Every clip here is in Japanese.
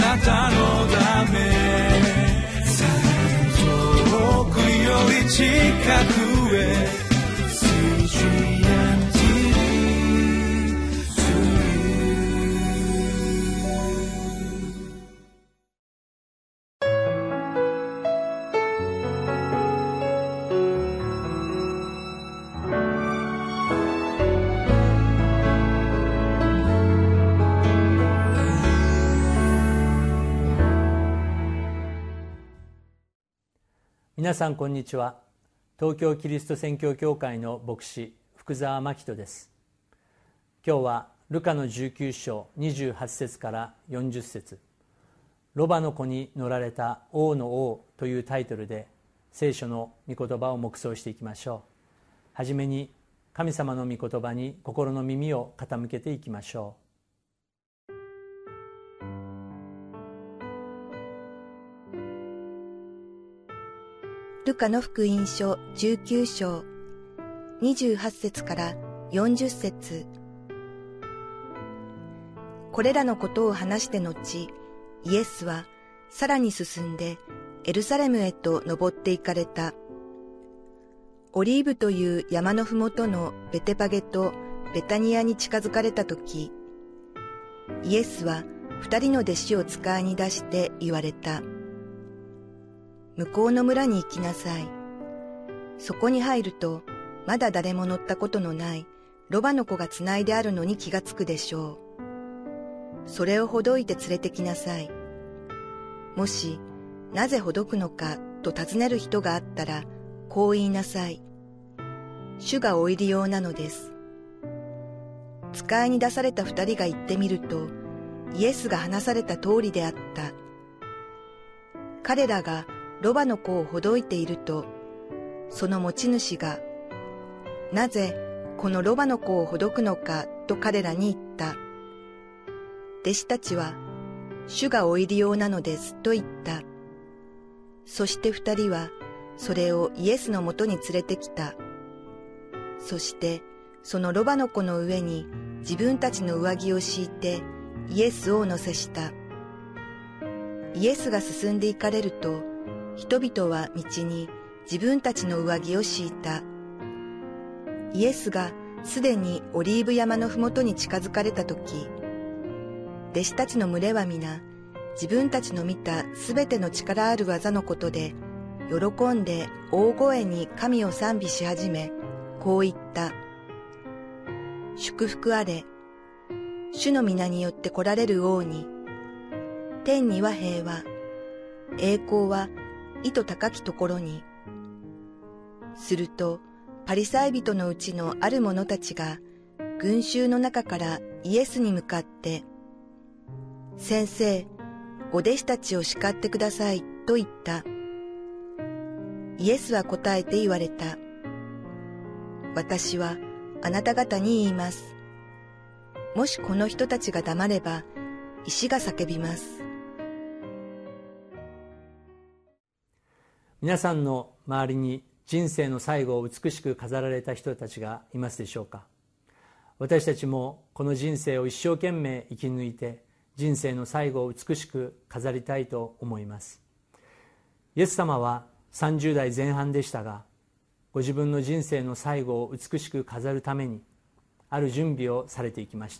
なたのため、遠くより近くへ皆さんこんにちは。東京キリスト宣教協会の牧師福澤真人です。今日はルカの19章28節から40節、ロバの子に乗られた王の王というタイトルで聖書の御言葉を黙想していきましょう。はじめに神様の御言葉に心の耳を傾けていきましょう。 ルカの福音書19章28節から40節、これらのことを話して後、イエスはさらに進んでエルサレムへと登って行かれた。オリーブという山のふもとのベテパゲとベタニアに近づかれたとき、イエスは2人の弟子を使いに出して言われた。向こうの村に行きなさい。そこに入ると、まだ誰も乗ったことのないロバの子がつないであるのに気がつくでしょう。それをほどいて連れてきなさい。もし、なぜほどくのかと尋ねる人があったら、こう言いなさい。主がお入り用なのです。使いに出された2人が行ってみると、イエスが話された通りであった。彼らがロバの子をほどいていると、その持ち主が、なぜこのロバの子をほどくのかと彼らに言った。弟子たちは、主がお入り用なのですと言った。そして2人は、それをイエスのもとに連れてきた。そして、そのロバの子の上に自分たちの上着を敷いて、イエスを乗せした。イエスが進んで行かれると、人々は道に自分たちの上着を敷いた。イエスがすでにオリーブ山のふもとに近づかれたとき、弟子たちの群れは皆、自分たちの見たすべての力ある技のことで、喜んで大声に神を賛美し始め、こう言った。祝福あれ、主の皆によって来られる王に、天には平和、栄光は意図高きところに。すると、パリサイ人のうちのある者たちが、群衆の中からイエスに向かって、先生、お弟子たちを叱ってくださいと言った。イエスは答えて言われた。私はあなた方に言います。もしこの人たちが黙れば、石が叫びます。 皆さんの周りに人生の最後を美しく飾られた人たちがいますでしょうか。私たちもこの人生を一生懸命生き抜いて人生の最後を美しく飾りたいと思います。イエス様は30代前半でしたが、ご自分の人生の最後を美しく飾るためにある準備をされていきました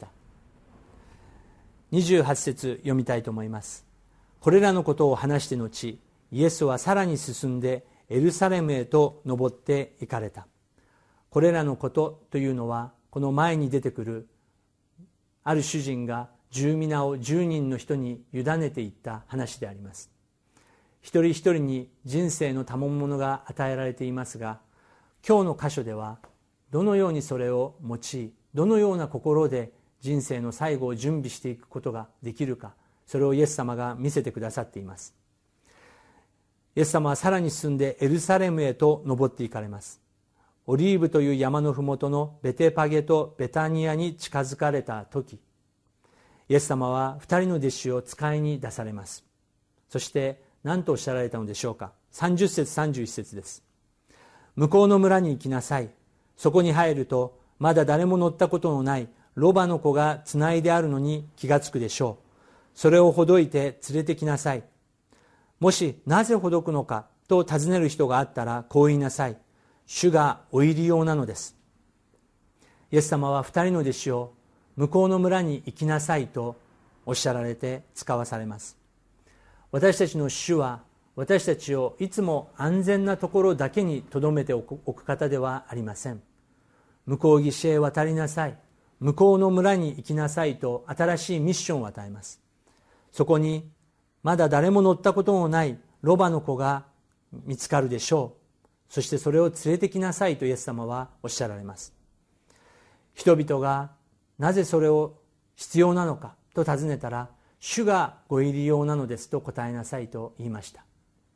。28節読みたいと思います。これらのことを話して後、イエスはさらに進んでエルサレムへと登って行かれた。これらのことというのは、この前に出てくるある主人が十皆を10人の人に委ねていった話であります。一人一人に人生の賜物が与えられていますが、今日の箇所ではどのようにそれを用い、どのような心で人生の最後を準備していくことができるか、それをイエス様が見せてくださっています。イエス様はさらに進んでエルサレムへと登っていかれます。オリーブという山のふもとのベテパゲとベタニアに近づかれた時、イエス様は2人の弟子を使いに出されます。そして何とおっしゃられたのでしょうか。30節31節です。向こうの村に行きなさい。そこに入るとまだ誰も乗ったことのないロバの子がつないであるのに気がつくでしょう。 それをほどいて連れてきなさい。もしなぜほどくのかと尋ねる人があったらこう言いなさい。主がお入り用なのです。イエス様は2人の弟子を向こうの村に行きなさいとおっしゃられて使わされます。私たちの主は私たちをいつも安全なところだけに留めておく方ではありません。向こう岸へ渡りなさい、向こうの村に行きなさいと新しいミッションを与えます。そこにまだ誰も乗ったことのないロバの子が見つかるでしょう。そしてそれを連れてきなさいとイエス様はおっしゃられます。人々がなぜそれを必要なのかと尋ねたら、主がご入り用なのですと答えなさいと言いました。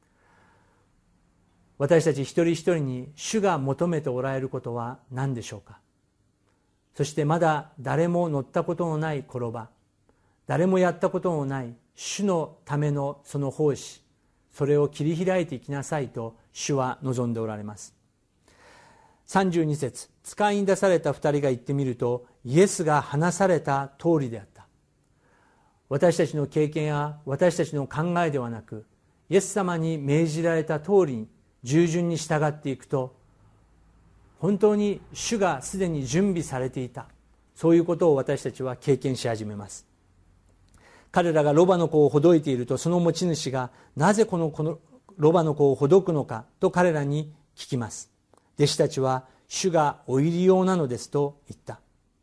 私たち一人一人に主が求めておられることは何でしょうか。そしてまだ誰も乗ったことのない転ば、誰もやったことのない主のためのその奉仕、それを切り開いていきなさいと主は望んでおられます。32節、使いに出された2人が言ってみると、イエスが話された通りであった。私たちの経験や私たちの考えではなく、イエス様に命じられた通りに従順に従っていくと、本当に主がすでに準備されていた、そういうことを私たちは経験し始めます。彼らがロバの子をほどいていると、その持ち主がなぜこのロバの子をほどくのかと彼らに聞きます。弟子たちは主がお入り用なのですと言った。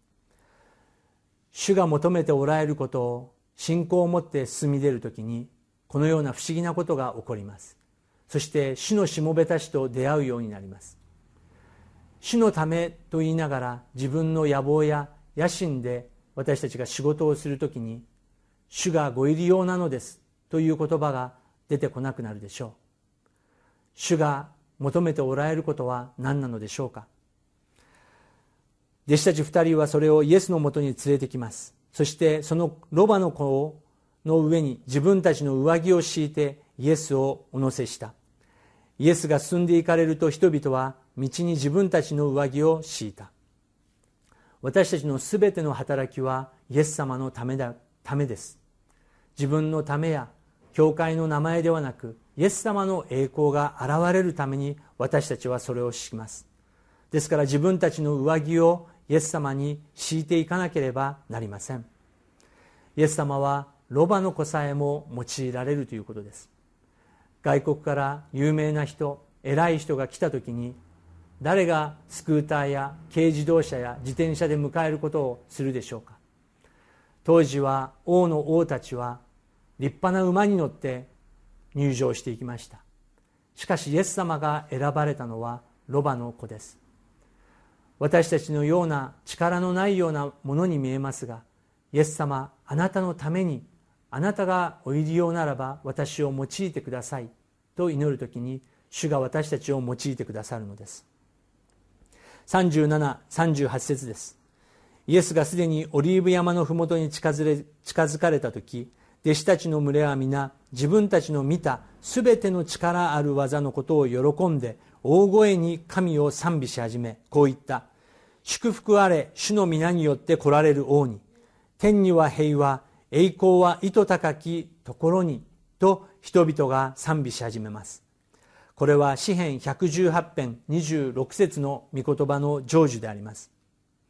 主が求めておられることを信仰を持って進み出るときに、このような不思議なことが起こります。そして主のしもべたちと出会うようになります。主のためと言いながら自分の野望や野心で私たちが仕事をするときに、主がご入り用なのですという言葉が出てこなくなるでしょう。主が求めておられることは何なのでしょうか。弟子たち2人はそれをイエスのもとに連れてきます。そしてそのロバの子の上に自分たちの上着を敷いてイエスをお乗せした。イエスが進んでいかれると、人々は道に自分たちの上着を敷いた。私たちのすべての働きはイエス様のためです。自分のためや教会の名前ではなく、イエス様の栄光が現れるために私たちはそれをします。ですから自分たちの上着をイエス様に敷いていかなければなりません。イエス様はロバの子さえも用いられるということです。外国から有名な人、偉い人が来た時に、誰がスクーターや軽自動車や自転車で迎えることをするでしょうか。当時は王の王たちは立派な馬に乗って入場していきました。しかしイエス様が選ばれたのはロバの子です。私たちのような力のないようなものに見えますが、イエス様、あなたのために、あなたがお入り用ならば私を用いてくださいと祈るときに、主が私たちを用いてくださるのです。37、38節です。イエスがすでにオリーブ山のふもとに近づかれたとき、弟子たちの群れは皆自分たちの見たすべての力ある技のことを喜んで大声に神を賛美し始め、こう言った。祝福あれ、主の皆によって来られる王に。天には平和、栄光は糸高きところに、と人々が賛美し始めます。これは詩編118編26節の御言葉の成就であります。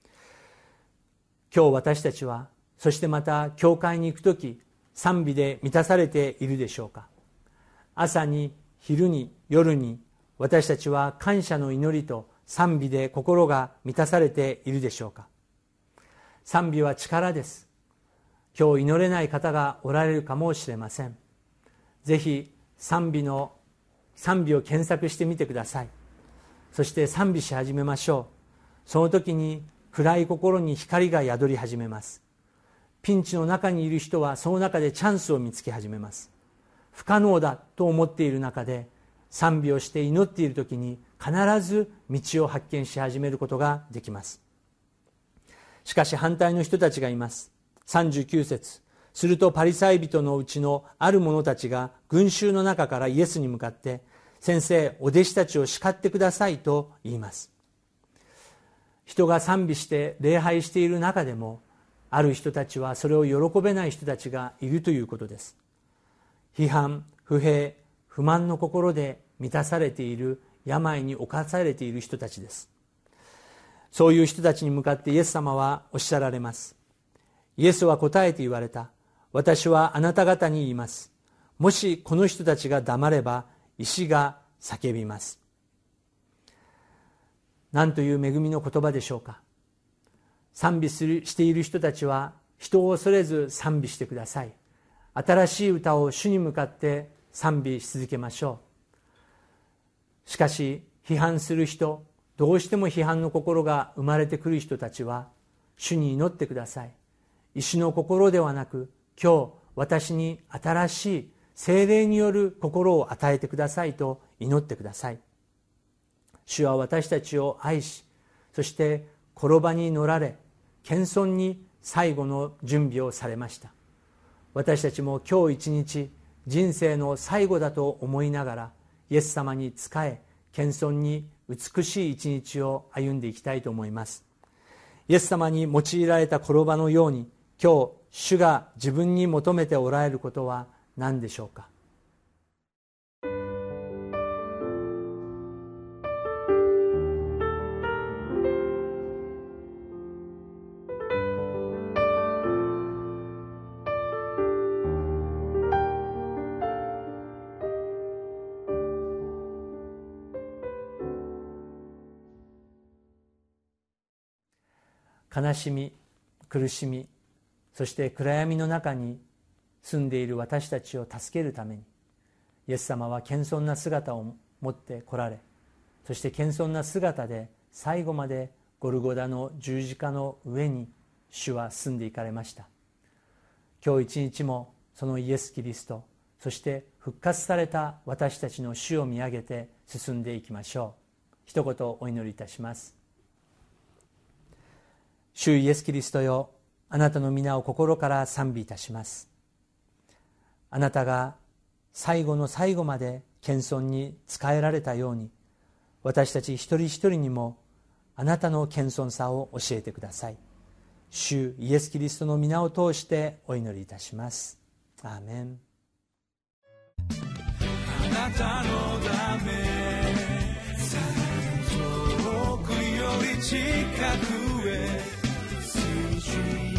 今日私たちは、そしてまた教会に行くとき、賛美で満たされているでしょうか。朝に昼に夜に私たちは感謝の祈りと賛美で心が満たされているでしょうか。賛美は力です。今日祈れない方がおられるかもしれません。ぜひ賛美を検索してみてください。そして賛美し始めましょう。その時に暗い心に光が宿り始めます。ピンチの中にいる人はその中でチャンスを見つけ始めます。不可能だと思っている中で賛美をして祈っている時に必ず道を発見し始めることができます。しかし反対の人たちがいます。39節。するとパリサイ人のうちのある者たちが群衆の中からイエスに向かって、先生、お弟子たちを叱ってくださいと言います。人が賛美して礼拝している中でも、 ある人たちはそれを喜べない人たちがいるということです。批判、不平、不満の心で満たされている、病に侵されている人たちです。そういう人たちに向かってイエス様はおっしゃられます。イエスは答えて言われた。私はあなた方に言います。もしこの人たちが黙れば、石が叫びます。何という恵みの言葉でしょうか。賛美している人たちは人を恐れず賛美してください。新しい歌を主に向かって賛美し続けましょう。しかし批判する人、どうしても批判の心が生まれてくる人たちは、主に祈ってください。石の心ではなく、今日私に新しい聖霊による心を与えてくださいと祈ってください。主は私たちを愛し、そして転ばに乗られ、謙遜に最後の準備をされました。私たちも今日一日、人生の最後だと思いながら、イエス様に仕え、謙遜に美しい一日を歩んでいきたいと思います。イエス様に用いられた転ばのように、今日主が自分に求めておられることは何でしょうか。悲しみ、苦しみ、そして暗闇の中に住んでいる私たちを助けるために、イエス様は謙遜な姿を持って来られ、そして謙遜な姿で最後までゴルゴダの十字架の上に主は住んでいかれました。今日一日もそのイエス・キリスト、そして復活された私たちの主を見上げて進んでいきましょう。一言お祈りいたします。主イエス・キリストよ、あなたの皆を心から賛美いたします。あなたが最後の最後まで謙遜に仕えられたように、私たち一人一人にもあなたの謙遜さを教えてください。主イエス・キリストの皆を通してお祈りいたします。アーメン。 あなたのため遠くより近くへ